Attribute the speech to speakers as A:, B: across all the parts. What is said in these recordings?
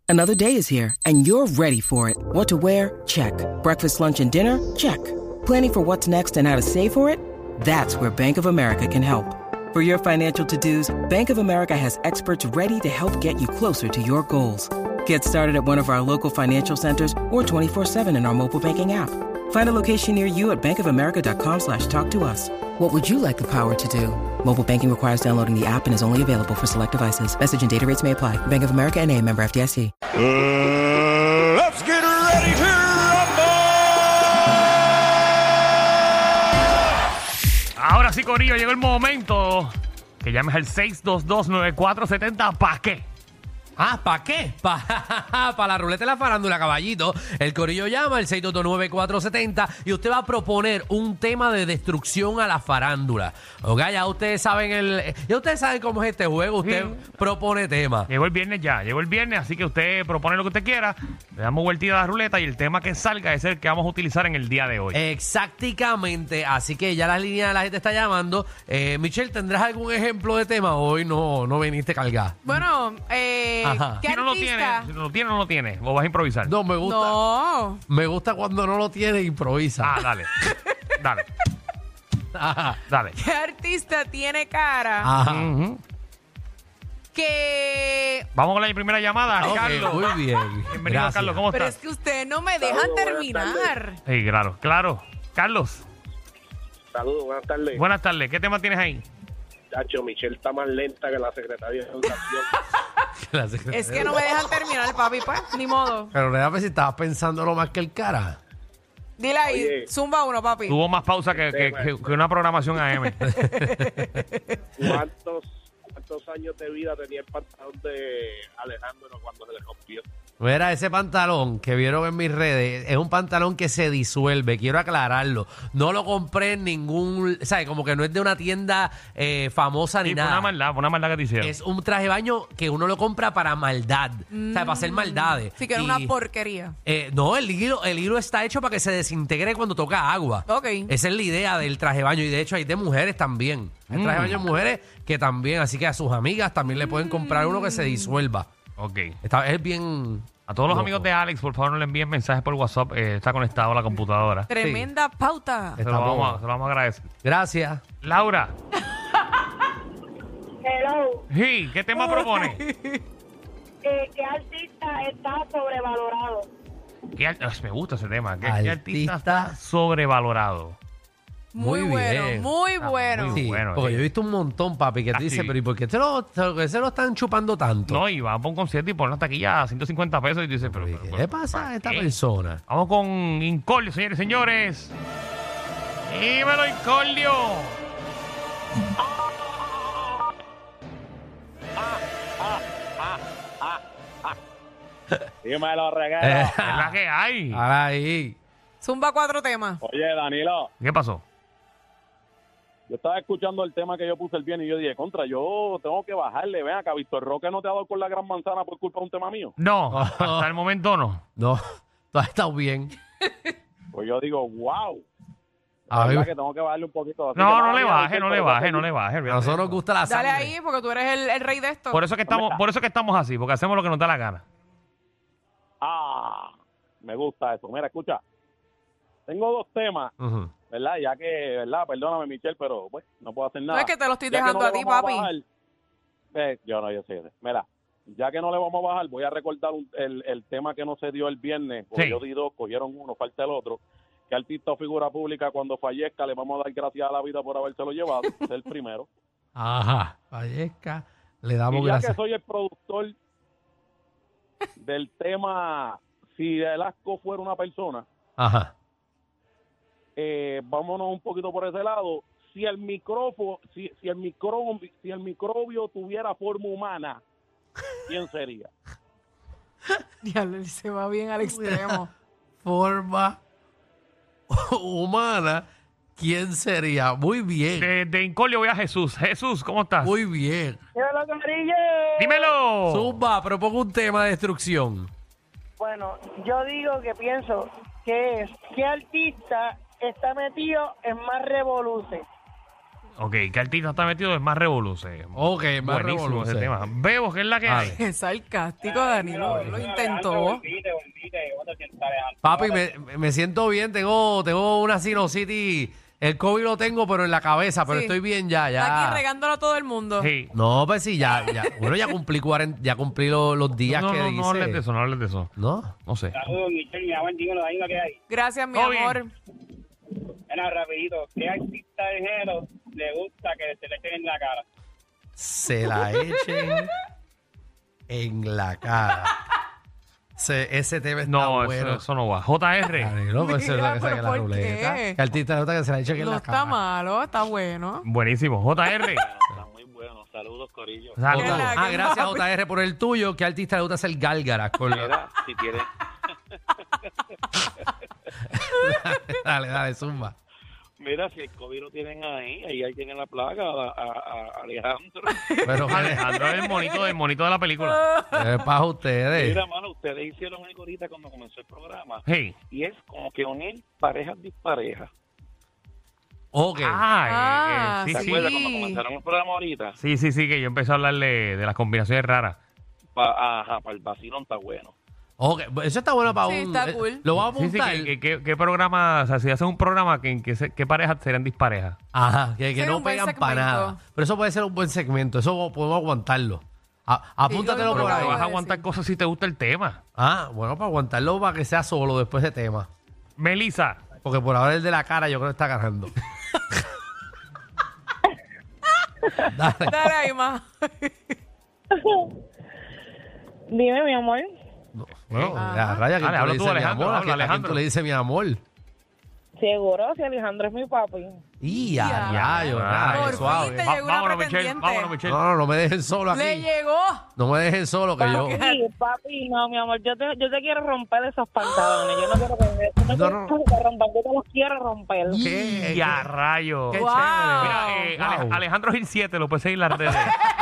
A: Another day is here, and you're ready for it. What to wear? Check. Breakfast, lunch, and dinner? Check. Planning for what's next and how to save for it? That's where Bank of America can help. For your financial to-dos, Bank of America has experts ready to help get you closer to your goals. Get started at one of our local financial centers or 24/7 in our mobile banking app. Find a location near you at bankofamerica.com/talktous. What would you like the power to do? Mobile banking requires downloading the app and is only available for select devices. Message and data rates may apply. Bank of America N.A., member FDIC.
B: Let's get ready to rumble.
C: Ahora sí, Corillo, llegó el momento que llames al 622-9470. ¿Para qué?
D: ¿Para qué? Para la ruleta de la farándula, caballito. El Corillo llama al 622-9470 y usted va a proponer un tema de destrucción a la farándula. Ok, ya ustedes saben cómo es este juego. Usted propone tema.
C: Llegó el viernes, así que usted propone lo que usted quiera. Le damos vueltita a la ruleta y el tema que salga es el que vamos a utilizar en el día de hoy.
D: Exactamente, así que ya las líneas de la gente está llamando. Michelle, ¿tendrás algún ejemplo de tema? Hoy no viniste cargada.
E: Bueno,
D: Ajá.
E: ¿qué
C: Si no lo
E: artista?
C: tiene, no lo tiene. O vas a improvisar.
D: No, me gusta.
E: No.
D: Me gusta cuando no lo tiene, improvisa.
C: Dale.
D: Ajá.
C: Dale.
E: ¿Qué artista tiene cara
D: Ajá.
C: Ujú.
E: que...
C: Vamos con la primera llamada.
D: Ok,
C: Carlos.
D: muy bien.
C: Bienvenido,
D: Gracias.
C: Carlos. ¿Cómo
E: Pero
C: estás?
E: es que ustedes no me dejan
F: Saludos, buenas
E: terminar.
C: Sí, claro. Carlos,
F: Saludos, buenas tardes.
C: buenas tardes. ¿Qué tema tienes ahí?
F: Chacho, Michelle está más lenta que la secretaria de Educación.
D: La secretaria.
E: Es que no me dejan terminar, papi, pues, ni modo.
D: Pero déjame si estabas pensando lo más que el cara.
E: Dile ahí,
F: Oye.
E: zumba uno, papi.
C: Tuvo más pausa que una programación AM.
F: ¿Cuántos años de vida tenía el pantalón de Alejandro cuando se le rompió?
D: Mira, ese pantalón que vieron en mis redes es un pantalón que se disuelve. Quiero aclararlo. No lo compré en ningún... ¿Sabes? Como que no es de una tienda famosa ni
C: Sí,
D: nada.
C: fue una maldad que te hicieron.
D: Es un traje de baño que uno lo compra para maldad. O sea, para hacer maldades.
E: Sí, que era
D: Y,
E: una porquería.
D: no, el hilo está hecho para que se desintegre cuando toca agua.
E: Ok.
D: Esa es la idea del traje de baño. Y de hecho hay de mujeres también. Hay traje de baño de mujeres que también. Así que a sus amigas también le pueden comprar uno que se disuelva.
C: Ok.
D: Es bien...
C: A todos los
D: loco.
C: amigos de Alex, por favor, no le envíen mensajes por WhatsApp. Está conectado a la computadora.
E: Tremenda pauta.
C: Se lo vamos a agradecer.
D: Gracias.
C: Laura.
G: Hello,
C: Sí, ¿qué tema propone?
G: ¿qué artista está sobrevalorado?
C: Me gusta ese tema. ¿Qué
D: Artista.
C: artista está sobrevalorado?
E: Muy
D: Muy
E: bueno,
D: bien.
E: muy bueno.
C: muy
D: Sí,
C: bueno,
D: porque
C: sí.
D: yo he visto un montón, papi, que tú dices,
C: sí.
D: pero ¿y por qué se lo están chupando tanto?
C: No, y vamos a un concierto y ponen una taquilla a 150 pesos y tú dices, pero
D: ¿Qué le pasa
C: ¿para
D: a esta
C: qué?
D: persona?
C: Vamos con Incordio, señores y señores. Dímelo, Incordio.
F: Dímelo, regalo.
C: Es la que hay.
D: Ahora ahí.
E: Zumba 4 temas.
F: Oye, Danilo,
C: ¿Qué pasó?
F: yo estaba escuchando el tema que yo puse el viernes y yo dije, yo tengo que bajarle. Ven acá, Víctor Roque no te ha dado con la gran manzana por culpa de un tema mío.
C: No, hasta el momento no.
D: No, tú has estado bien.
F: Pues yo digo, wow.
D: A
F: La
D: mí-
F: verdad que tengo que bajarle un poquito. Así que
C: No,
F: nada,
C: no le
F: mira,
C: baje,
F: Víctor,
C: no le
F: pero
C: baje,
F: yo
C: no le baje.
D: A nosotros nos gusta la
E: Dale
D: sangre.
E: ahí, porque tú eres el rey de esto.
C: Por eso que estamos así, porque hacemos lo que nos da la gana.
F: Me gusta eso. Mira, escucha. Tengo dos temas,
D: Ujú.
F: ¿verdad? Ya que, ¿verdad? Perdóname, Michelle, pero pues no puedo hacer
E: No
F: nada.
E: es que te lo estoy
F: Ya que
E: dejando
F: no
E: a
F: le
E: ti,
F: vamos
E: papi.
F: bajar, yo sé. Mira, ya que no le vamos a bajar, voy a recordar el tema que no se dio el viernes. Porque
C: Sí.
F: yo di dos, cogieron uno, falta el otro. Que artista o figura pública cuando fallezca le vamos a dar gracias a la vida por habérselo llevado. Es el primero.
D: Ajá. Fallezca, le
F: Y
D: damos
F: ya
D: gracias.
F: que soy el productor del tema, si Velasco fuera una persona,
D: Ajá.
F: vámonos un poquito por ese lado. Si el microbio tuviera forma humana, ¿quién sería?
E: Diablo, él se va bien al extremo.
D: Forma humana, ¿quién sería? Muy bien.
C: De Incordio voy a Jesús. Jesús, ¿cómo estás?
D: Muy bien.
G: Hola, Corillo.
C: Dímelo.
D: Zumba, propongo un tema de destrucción.
G: Bueno, yo digo que pienso que es ¿qué artista está metido en más revoluce?
C: Ok, ¿qué artista está metido? Es más revoluce.
D: Ok, más
C: Buenísimo
D: revoluce.
C: ese tema. Bebo, ¿qué es la que
D: Dale.
C: hay?
E: Qué sarcástico, Danilo. Lo intentó.
D: Papi, me siento bien. Tengo una sinusitis. El COVID lo tengo, pero en la cabeza. Pero
E: Sí.
D: estoy bien ya.
E: Está aquí regándolo a todo el mundo.
C: Sí.
D: No, pues sí, ya. Bueno, ya cumplí 40, ya cumplí los días
C: No,
D: que
C: no,
D: dice.
C: no hables de eso, no hables de eso.
D: ¿No?
C: No sé.
E: Gracias, mi
C: Todo bien.
E: amor.
H: Bueno, rapidito, ¿qué artista de género le gusta que se le echen en la cara?
D: Se la echen en la cara. Ese tema está
C: No,
D: bueno.
C: eso no va. JR.
D: Danilo, pues eso es lo
E: Mira,
D: que saque
E: pero
D: la
E: ¿por
D: ruleta.
E: qué?
D: ¿Qué artista le gusta que se la echen en
E: No
D: la
E: está
D: cara?
E: malo, está bueno.
C: Buenísimo. JR.
F: Está muy bueno. Saludos, Corillo.
C: Saludos.
E: Hola.
D: Ah,
E: ¿Qué
D: gracias,
E: papi?
D: JR, por el tuyo. ¿Qué artista le gusta hacer gálgaras? Con la...
F: Mira, si tienes...
D: Dale, zumba.
F: Mira, si el COVID lo tienen ahí, hay alguien en la plaga, a Alejandro.
D: Pero
C: Alejandro es el monito de la película.
D: es para ustedes.
F: Mira, mano, ustedes hicieron algo ahorita cuando comenzó el programa.
C: Hey.
F: Y es como que unir parejas disparejas.
D: Ok.
E: Ah,
C: Sí,
F: ¿Se
C: sí.
F: acuerdan cuando comenzaron el programa ahorita?
C: Sí, que yo empecé a hablarle de las combinaciones raras.
F: Para el vacilón está bueno.
D: Ok, eso está bueno para
E: Sí,
D: un...
E: está cool.
D: Lo vamos a
C: Sí, sí,
D: apuntar.
C: ¿qué programa? O sea, si haces un programa, ¿qué parejas serían disparejas?
D: Ajá, que
E: Sería
D: no
E: un buen
D: pegan para
E: segmento.
D: nada. Pero eso puede ser un buen segmento. Eso podemos aguantarlo. Apúntatelo
E: yo
D: por
E: creo
D: ahí.
E: que
C: Vas a
E: a
C: aguantar
E: decir.
C: cosas si te gusta el tema.
D: Ah, bueno, para aguantarlo para que sea solo después de tema.
C: Melissa.
D: Porque por ahora el de la cara yo creo que está ganando. Dale.
E: Dale ahí más.
G: Dime, mi amor.
D: Bueno,
E: Ajá.
D: a raya que
C: Dale,
D: tú
C: habla
D: le
C: tú,
D: dices mi
C: Alejandro,
D: amor.
C: habla,
D: ¿A quién
C: Alejandro.
D: tú le dices mi amor?
G: Seguro, si Alejandro es mi papi.
D: Y a
E: Ya.
D: rayos, rayos,
E: Por
D: suave.
E: fin te llegó una
C: Vámonos, Michelle.
E: pretendiente.
C: Vámonos, Michelle.
D: No me dejen solo
E: Le
D: aquí.
E: llegó.
D: No me dejen solo que yo...
G: Papi, no, mi amor, yo te quiero romper esos pantalones. Yo no quiero que
D: No.
G: te rompan, yo te los quiero romper.
D: ¿Qué?
C: Y a rayo.
D: Qué
E: Wow.
D: chévere.
C: Mira,
D: Wow.
C: Alejandro Gil 7, lo puedes seguir en las redes.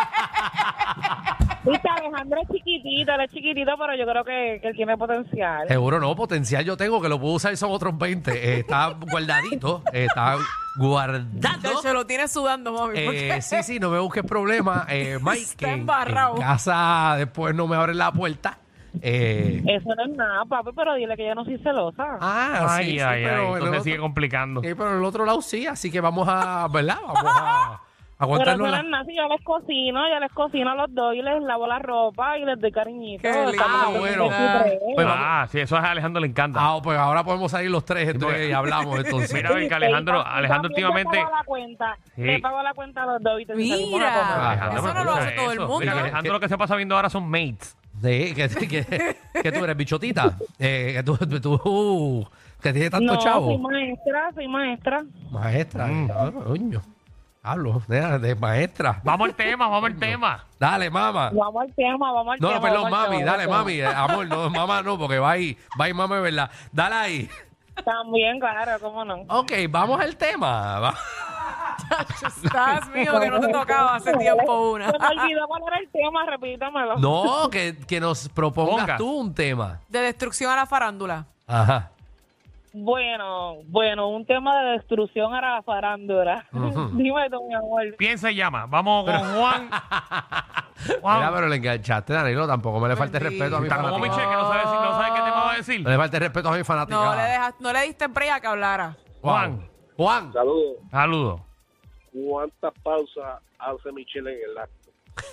G: Viste, Alejandro es chiquitito, él es chiquitito, pero yo creo que él tiene potencial.
D: Seguro no, potencial yo tengo, que lo puedo usar son otros 20. Está guardadito, está guardado.
E: Se lo tiene sudando, mami. porque-
D: Sí, no me busques problemas. Mike,
E: Está
D: que
E: embarrado.
D: en casa después no me abren la puerta.
G: Eso no es nada, papi, pero dile que yo no soy celosa.
C: Ay, ay,
D: pero en el
C: entonces
D: otro-
C: sigue complicando.
D: pero en el otro lado sí, así que vamos a, ¿verdad? Vamos a
G: Pero
D: aguantarnos
G: eso no
D: la...
G: es nada, si yo les cocino a los dos y les lavo la ropa y les doy cariñito.
E: Qué lindo.
G: Estamos en
D: bueno.
G: 2023.
D: Pues vamos-
C: Sí, eso a Alejandro le encanta.
D: pues ahora podemos salir los tres entonces, y hablamos entonces.
C: Mira, a ver, que Alejandro últimamente...
G: Le pago la cuenta,
C: Sí.
G: le pago la cuenta a los dos y te salimos a comer.
E: Mira,
C: Alejandro,
E: eso
C: me
E: no lo
C: escucha
E: hace todo el
C: eso.
E: mundo.
C: Mira, Alejandro lo que se pasa viendo ahora son mates.
D: Sí, que tú eres bichotita. Que tú que tienes tanto
G: No,
D: chavo.
G: soy maestra.
D: Maestra. Coño. Hablo de maestra.
C: Vamos al tema.
D: Dale, mamá.
G: Vamos al tema.
D: No, perdón,
G: vamos al
D: mami.
G: tema,
D: Dale,
G: vamos al
D: mami. Amor, no, mamá no, porque va ahí, mami, ¿verdad? Dale ahí.
G: tema. También, claro, cómo no.
D: Ok, vamos al tema.
E: Estás mío que no te tocaba hace tiempo una.
G: Se me olvidó cuál era el tema, repítamelo.
D: No, que nos propongas
C: Ponga.
D: tú un tema.
E: De destrucción a la farándula.
D: Ajá.
G: Bueno, un tema de destrucción a la farándula. Dime tú, mi amor.
C: Piensa y llama. Vamos con Juan.
D: Mira, pero le enganchaste, Danilo. Tampoco me le falte
E: Bendito.
D: respeto a mi
C: Está como
D: fanática.
C: Michelle, que no sabe qué tema va a decir.
D: No le falte respeto a mi fanática.
E: No le diste break a que hablara.
C: Juan.
D: Juan.
F: Saludos.
C: Saludos.
F: ¿Cuántas pausas hace Michelle en el acto?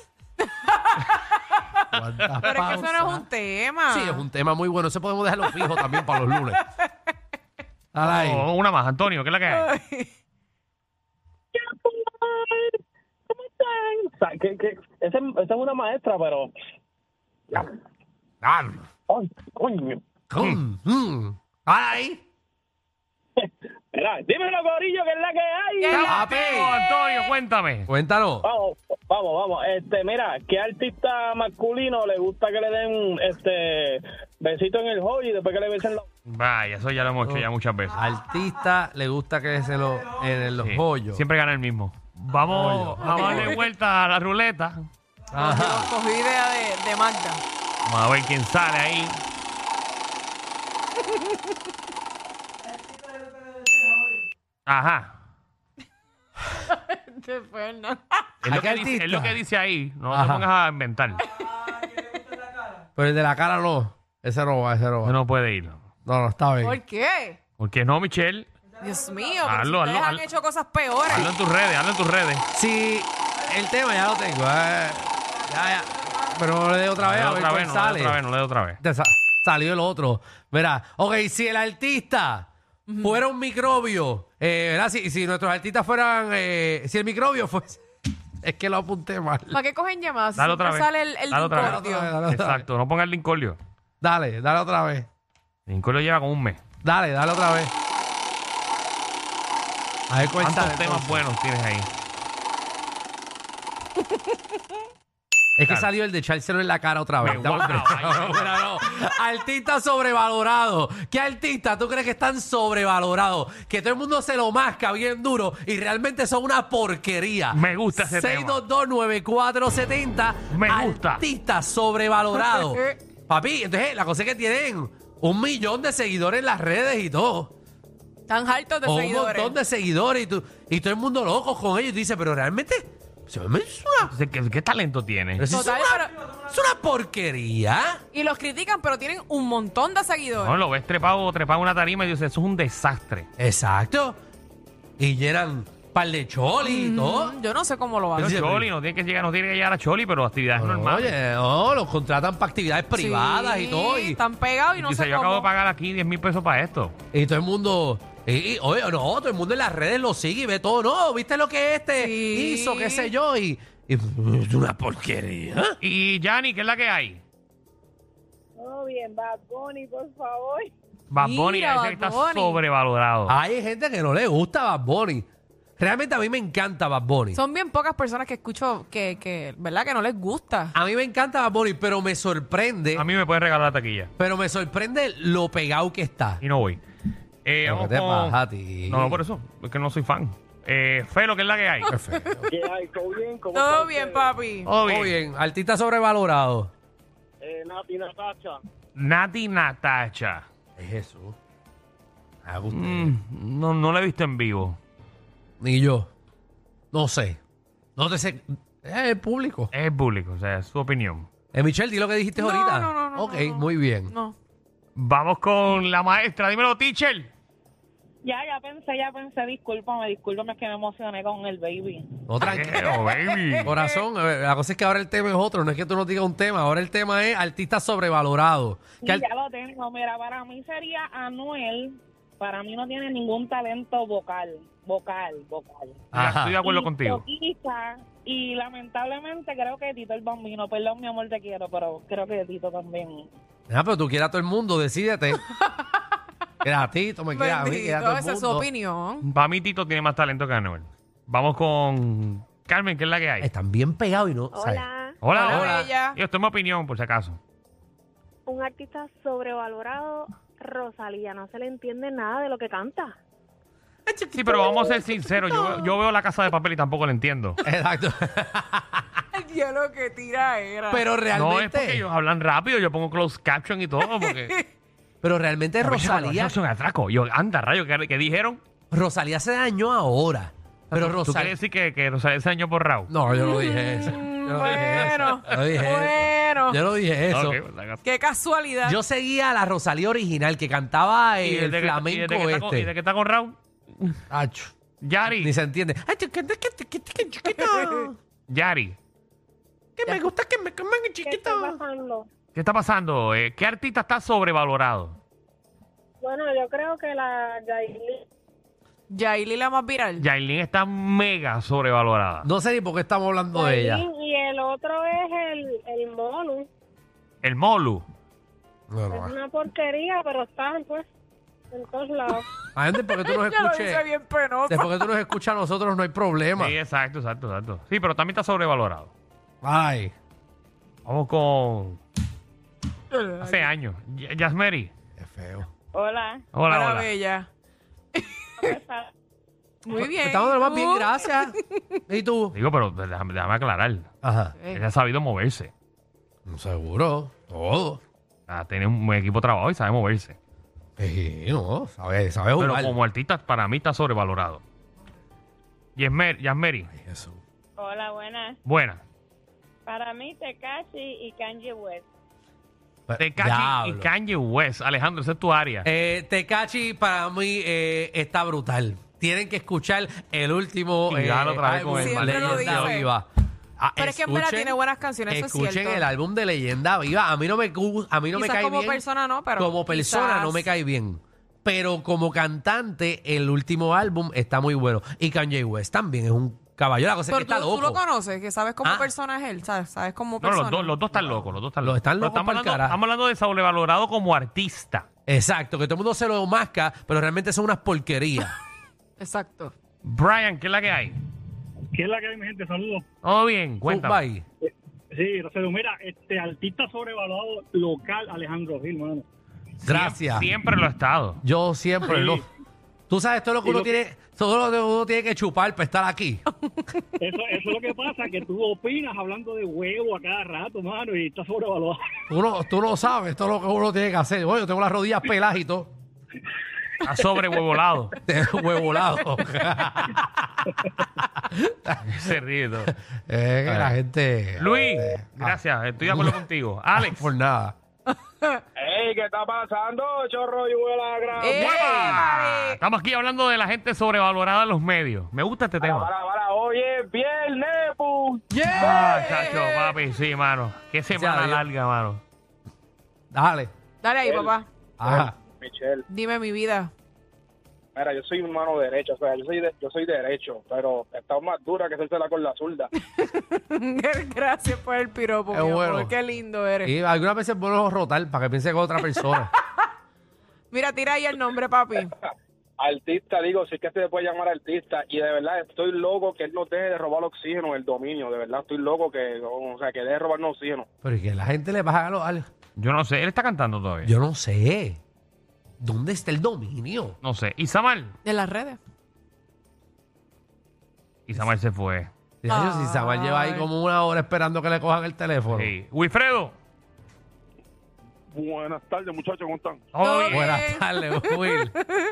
D: ¿Cuántas
E: Pero es que eso no
D: pausas?
E: es un tema.
D: Sí, es un tema muy bueno. Eso podemos dejarlo fijo también para los lunes. Dale ahí.
C: Una más, Antonio, ¿qué es la que hay?
F: ¿Cómo están? Esa es una maestra, pero...
C: Ah,
F: Ay, coño.
D: Dale ahí.
F: Mira, dímelo, Corillo, que es la que hay.
E: ¿Qué?
C: Apego, Antonio, cuéntame.
D: Cuéntanos.
F: Vamos. Mira, ¿qué artista masculino le gusta que le den besito en el joy y después que le besen la...
C: Vaya, eso ya lo hemos hecho ya muchas veces.
D: Artista le gusta que se lo en los
C: Sí,
D: hoyos.
C: Siempre gana el mismo. Vamos a darle vuelta a la ruleta.
D: Ajá.
E: Cogí idea de Magda.
C: Vamos a ver quién sale ahí. Ajá.
E: Después, no.
C: Es lo,
D: ¿A qué
C: que dice, es lo
D: artista?
C: que dice ahí. No te
D: Ajá.
C: pongas a inventar.
D: Pero el de la cara no. Ese no va, ese no va.
C: No puede ir.
D: No, está bien.
E: ¿Por qué?
C: Porque no, Michelle.
E: Dios mío, pero
C: Hazlo,
E: si ustedes
C: hazlo,
E: han
C: hazlo.
E: hecho cosas peores.
C: Hazlo en tus redes, hazlo en tus redes.
D: Sí, el tema ya lo tengo. Ya. Pero no le dé otra vez, a
C: No
D: ver
C: le dé
D: cuál
C: otra vez,
D: sale.
C: no le dé otra vez.
D: Salió el otro. Mira, ok, si el artista fuera un microbio, ¿verdad? Si nuestros artistas fueran, si el microbio fuese... Es que lo apunté mal.
E: ¿Para qué cogen llamadas?
C: Dale otra
E: Siempre
C: vez.
E: sale el
C: Dale otra vez.
E: discordio.
C: Exacto, no pongas el Lincolnio.
D: Dale otra vez.
C: Lincolnio lleva como un mes.
D: Dale otra vez. A ver cuál
C: ¿Cuántos
D: sale,
C: temas
D: entonces.
C: buenos tienes ahí?
D: Es que
C: Claro.
D: salió el de echárselo en la cara otra vez.
C: Me gusta, vaya.
D: No. Artista sobrevalorado. ¿Qué artista tú crees que están sobrevalorados? Que todo el mundo se lo masca bien duro y realmente son una porquería.
C: Me gusta ese tema.
D: 6229470.
C: Me gusta.
D: Artista sobrevalorado. Papi, entonces la cosa es que tienen 1 millón de seguidores en las redes y todo.
E: Están hartos de
D: O un
E: seguidores.
D: montón de seguidores y todo el mundo loco con ellos. Y tú dices, pero realmente... Es una,
C: ¿Qué talento tiene?
D: es
E: Total,
D: es una porquería.
E: Y los critican, pero tienen un montón de seguidores.
C: No, lo ves trepado en una tarima y dices, eso es un desastre.
D: Exacto. Y llenan par de choli y todo.
E: Yo no sé cómo lo
C: Pero
E: hacen.
C: Choli, no tiene que llegar a Choli, pero actividades normales.
D: Oye, no, los contratan para actividades privadas y todo. Y
E: están pegados y no
C: Dice,
E: sé
C: yo acabo de
E: cómo.
C: pagar aquí 10,000 pesos para esto.
D: todo el mundo... oye, no, todo el mundo en las redes lo sigue y ve todo. No, ¿viste lo que
E: Sí.
D: hizo? ¿Qué sé yo? Y es una porquería.
C: Y Yanni, ¿qué es la que hay?
G: Todo bien, Bad Bunny, por favor.
C: Bad Bunny,
E: Mira,
C: ese que
E: Bad
C: está
E: Bunny.
C: sobrevalorado.
D: Hay gente que no le gusta Bad Bunny. Realmente a mí me encanta Bad Bunny.
E: Son bien pocas personas que escucho que ¿verdad? Que no les gusta.
D: A mí me encanta Bad Bunny, pero me sorprende.
C: A mí me pueden regalar la taquilla.
D: Pero me sorprende lo pegado que está.
C: Y no voy.
D: Pero
C: Vamos
D: ¿qué te
C: con-
D: pasa a ti?
C: No, por eso. Es que no soy fan. Felo, ¿qué es la que hay?
D: Qué feo.
F: ¿Qué hay? ¿Todo bien? ¿Cómo
E: Todo
F: están
E: bien,
F: ustedes?
E: papi.
C: Todo
D: Muy
C: bien.
D: bien. Artista sobrevalorado.
F: Nati, Natacha.
C: Nati Natacha.
D: Es Jesús. Me gusta.
C: No la he visto en vivo.
D: Ni yo. No sé. No te sé. Es el público.
C: Es público, o sea, es su opinión.
D: Michelle, di lo que dijiste
E: No,
D: ahorita.
E: no,
D: Ok,
E: no.
D: muy bien.
E: No.
C: Vamos con la maestra. Dímelo, teacher.
G: Ya pensé, discúlpame, es que me emocioné con el baby.
D: No, tranquilo.
C: Pero, baby.
D: Corazón, la cosa es que ahora el tema es otro. No es que tú nos digas un tema. Ahora el tema es artista sobrevalorado.
G: Y
D: Que al-
G: ya lo tengo, mira, para mí sería Anuel, para mí no tiene ningún talento vocal.
C: Ya, estoy de acuerdo
G: Y
C: contigo.
G: Toquita, y lamentablemente creo que Tito el Bambino, perdón mi amor, te quiero, pero creo que Tito también.
D: Pero tú quieres a todo el mundo, decídete. Queda a ti, me queda a mí, queda a todo
E: Bendito,
D: el
E: esa es su
D: mundo.
E: opinión.
C: Para mí, Tito tiene más talento que Anuel. Vamos con Carmen, ¿qué es la que hay?
D: Están bien pegados y no. ¿sabes?
I: Hola,
C: Hola,
E: Hola, bella.
C: Yo tengo mi opinión, por si acaso.
I: un artista sobrevalorado, Rosalía, no se le entiende nada de lo que canta.
C: Sí, pero vamos a ser sinceros. Yo veo La Casa de Papel y tampoco lo entiendo.
D: Exacto.
E: El diálogo que tira era.
D: Pero
C: No es
D: realmente.
C: porque ellos hablan rápido. Yo pongo closed caption y todo. Porque
D: Pero realmente Rosalía.
C: es un atraco. Yo, anda, rayo, ¿qué dijeron?
D: Rosalía se dañó ahora. Pero
C: ¿Tú quieres
D: Rosalía.
C: decir que Rosalía se dañó por Raúl?
D: No, yo no dije eso. Yo no dije eso.
E: Bueno,
D: Yo no dije eso.
E: bueno.
D: Yo no dije eso.
C: Ok, por si acaso.
E: Qué casualidad.
D: Yo seguía a la Rosalía original que cantaba
C: ¿Y
D: el
C: desde que-
D: flamenco
C: y desde que está con- ¿Y de
D: este.
C: que está con Raúl?
D: Acho,
C: Yari.
D: ni se entiende. Ay,
C: Yari.
D: que me gusta que me coman
I: ¿Qué está
D: chiquito.
I: pasando?
C: ¿Qué está pasando? ¿Qué artista está sobrevalorado?
I: Bueno, yo creo que la Yailin.
E: Yailin la más viral.
C: Yailin está mega sobrevalorada.
D: No sé ni por qué estamos hablando de ella.
I: Y el otro es el Monu.
C: El Molu.
D: No,
I: Es
D: no.
I: una porquería, pero están pues en todos lados.
D: A gente, porque tú nos
E: Ella lo dice
D: escuches.
E: bien penosa.
D: Después que tú nos escuchas a nosotros no hay problema.
C: Sí, exacto. Sí, pero también está sobrevalorado.
D: Ay.
C: Vamos con... Hace años. Yasmeri.
D: Qué feo.
G: Hola.
C: Hola.
E: bella. Muy bien.
D: Estamos de lo más
E: ¿Tú?
D: bien, gracias. ¿Y tú?
C: Digo, pero déjame aclarar.
D: Ajá.
C: Ella ha sabido moverse.
D: Seguro. Todo.
C: Tiene un buen equipo de trabajo y sabe moverse.
D: Sí, no. Sabe
C: Pero
D: jugar.
C: como artista, para mí está sobrevalorado. Yasmeri.
D: Eso.
J: Hola, buenas.
C: Buena.
J: Para mí, Tekashi y Kanye West.
C: Tekashi y
D: Diablo.
C: Kanye West. Alejandro, esa es tu área.
D: Tekashi para mí está brutal. Tienen que escuchar el último
C: Y dale otra vez
D: álbum
C: con el
D: de
E: Siempre lo
D: Leyenda
E: dice.
D: Viva.
E: Pero es que en verdad tiene buenas canciones, eso es
D: Escuchen
E: cierto.
D: el álbum de Leyenda Viva. A mí no me
E: Quizás
D: cae
E: como
D: bien.
E: persona no, pero
D: como persona
E: quizás-
D: no me cae bien. Pero como cantante, el último álbum está muy bueno. Y Kanye West también es un caballo. La cosa es
E: Pero
D: que está
E: tú
D: loco.
E: lo conoces, que sabes cómo
D: Ah.
E: persona es él, ¿sabes cómo
C: No,
E: persona?
C: los dos están locos. Los dos están
D: Los
C: locos.
D: están
C: Pero
D: locos
C: estamos,
D: pa'l
C: hablando,
D: carajo.
C: estamos hablando de sobrevalorado como artista.
D: Exacto, que todo el mundo se lo masca, pero realmente son unas porquerías.
E: Exacto.
C: Brian, ¿qué es la que hay?
H: ¿Qué es la que hay, mi gente? Saludos.
C: Todo bien, cuéntame.
D: Bye.
H: Sí, Rosero, mira, artista sobrevalorado local, Alejandro Gil, mano.
D: Gracias.
C: Siempre lo ha estado.
D: Yo siempre
H: Sí.
D: lo. Tú sabes todo lo que
H: Y
D: uno
H: lo que-
D: tiene, todo lo que uno tiene que chupar para estar aquí.
H: Eso es lo que pasa, que tú opinas hablando de huevo a cada rato, mano, y está sobrevalorado.
D: Tú no sabes todo lo que uno tiene que hacer. Oye, yo tengo las rodillas peladas y todo.
C: Está sobrehuevolado.
D: Huevolado.
C: Se ríe todo.
D: Que la gente.
C: Luis, gracias. Estoy de acuerdo contigo. Alex.
D: Por nada.
F: ¡Ey! ¿Qué está pasando, chorro y vuela gran?
E: ¡Eh, papi!
C: Estamos aquí hablando de la gente sobrevalorada en los medios. Me gusta este tema.
F: Para, hoy es viernes, pu.
C: Ah, chacho, papi, sí, mano. Qué semana
D: Dios.
C: larga, mano.
D: Dale.
E: Dale ahí, papá.
D: Ajá.
F: Michelle,
E: Dime mi vida.
F: mira, yo soy un mano derecho, o sea, yo soy derecho, pero está más dura que hacérsela con la zurda.
E: Gracias por el piropo,
D: Es
E: mi amor.
D: bueno.
E: Qué lindo eres.
D: Y algunas veces es bueno rotar para que piense con otra persona.
E: Mira, tira ahí el nombre, papi.
F: Artista, digo, sí que se puede llamar artista, y de verdad estoy loco que él no deje de robar oxígeno, el dominio, de verdad estoy loco que deje de robarnos oxígeno.
D: Pero es que la gente le baja al.
C: Yo no sé, él está cantando todavía.
D: Yo no sé. ¿Dónde está el dominio?
C: No sé. ¿Y Samal?
E: En las redes.
C: Y Samal se fue.
D: Dios, si Samuel lleva ahí como una hora esperando que le cojan el teléfono.
C: Sí. Wilfredo.
F: Buenas tardes, muchachos, ¿cómo están?
C: Todo bien.
D: Buenas tardes, Will.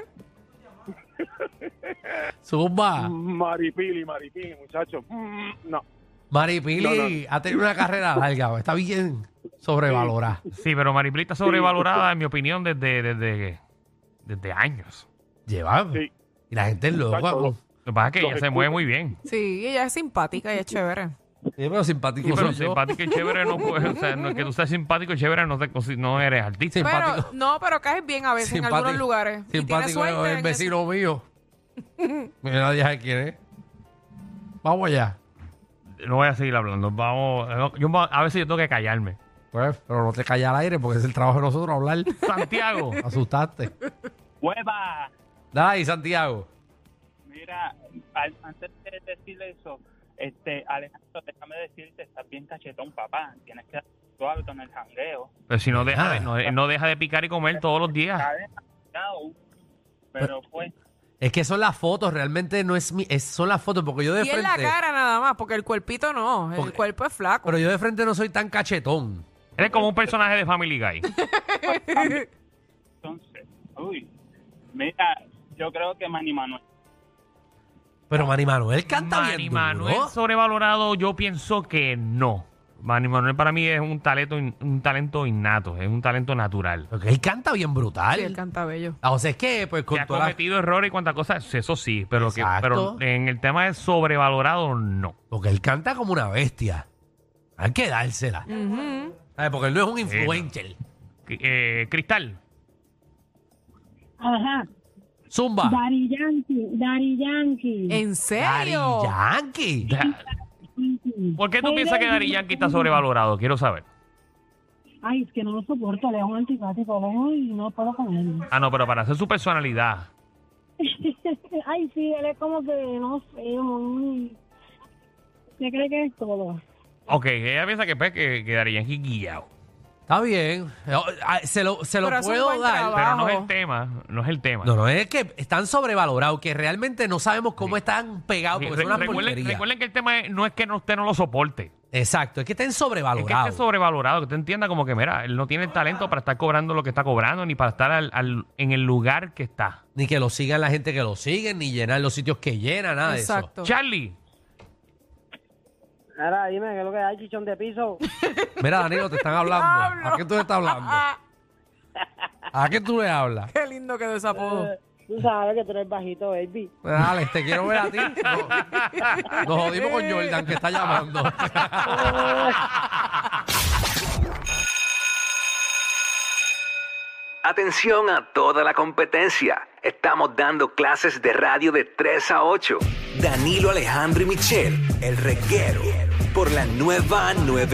D: Zumba.
F: Maripili, muchachos. No.
D: Maripili ha tenido una carrera larga. Está bien sobrevalorada.
C: Sí, pero Maripili está sobrevalorada, en mi opinión, desde años.
D: Lleva.
F: Sí.
D: Y la gente es loca.
F: Exacto.
C: Lo que pasa es que ella se mueve muy bien.
E: Sí, ella es simpática y es chévere.
D: Sí, pero simpático
C: Sí, pero
D: soy yo.
C: simpático y chévere no puede. O sea, no es que tú seas simpático y chévere, no eres artista.
D: Sí.
E: Pero,
D: Simpático.
E: no, pero caes bien a veces en algunos lugares. Y tienes
D: Simpático
E: suerte
D: es el
E: en
D: vecino mío. Mira, nadie sabe quién es. Vamos allá.
C: No voy a seguir hablando. Vamos. A veces yo tengo que callarme.
D: Pues, pero no te calles al aire porque es el trabajo de nosotros hablar.
C: Santiago.
D: Asustaste.
H: ¡Hueva!
D: Dale ahí, Santiago.
H: Mira, antes de decir eso, Alejandro, déjame decirte, estás bien cachetón, papá. Tienes que dar tu hábito en el jangueo.
C: Pero si no deja, no deja de picar y comer todos los días.
H: Está demasiado, pero pues...
D: Es que son las fotos, realmente no es son las fotos, porque yo de
E: Y en
D: frente.
E: la cara nada más, porque el cuerpito no. El
D: Porque-
E: cuerpo es flaco.
D: Pero yo de frente no soy tan cachetón.
C: Eres como un personaje de Family Guy.
H: Entonces, mira, yo creo que Manny Manuel.
D: Pero Manny Manuel canta
C: Manny
D: bien
C: Manuel
D: duro.
C: sobrevalorado, yo pienso que no. Manny Manuel para mí es un talento innato, es un talento natural.
D: Porque él canta bien brutal.
E: Sí, él canta bello.
D: O sea, es que, pues,
C: Que
D: con
C: ha
D: toda la-
C: cometido errores y cuantas cosas, eso sí, pero
D: Exacto.
C: en el tema de sobrevalorado, no.
D: Porque él canta como una bestia. Hay que dársela. ¿Sabes? Porque él no es un influencer.
C: Cristal.
J: Ajá.
D: Zumba.
J: Daddy Yankee.
E: ¿En
D: Daddy
E: serio?
D: Yankee.
C: ¿Por qué tú piensas que Daddy Yankee está sobrevalorado? Quiero saber.
J: Ay, es que no lo soporto, le es un antipático, y no puedo con él.
C: Ah, no, pero para hacer su personalidad.
J: Ay, sí, él es como que, no sé, muy... Se cree que es todo.
C: Ok, ella piensa que Daddy Yankee es guillado.
D: Está bien. Se lo
E: Pero hace un
D: puedo
E: buen
D: dar.
E: trabajo.
C: Pero no es el tema, no es el tema.
D: No, es que están sobrevalorados, que realmente no sabemos cómo están pegados,
C: Sí,
D: porque son unas
C: recuerden
D: porquerías.
C: que el tema no es que usted no lo soporte.
D: Exacto, es que estén
C: Es que
D: sobrevalorados.
C: esté sobrevalorado, que te entienda como que, mira, él no tiene el talento para estar cobrando lo que está cobrando, ni para estar en el lugar que está.
D: Ni que lo sigan la gente que lo sigue, ni llenar los sitios que llena, nada
E: Exacto.
C: Charlie,
K: Ahora dime, ¿qué es lo que hay, chichón de piso?
D: de eso. Mira, Danilo, te están hablando. ¿A qué tú le estás hablando? ¿A qué tú le hablas?
E: Qué lindo quedó ese apodo.
K: Tú sabes que tú eres bajito, baby.
D: Dale, te quiero ver a ti. Nos jodimos con Jordan, que está llamando.
L: Atención a toda la competencia. Estamos dando clases de radio de 3 a 8. Danilo Alejandro y Michelle, el reguero, por la nueva 9.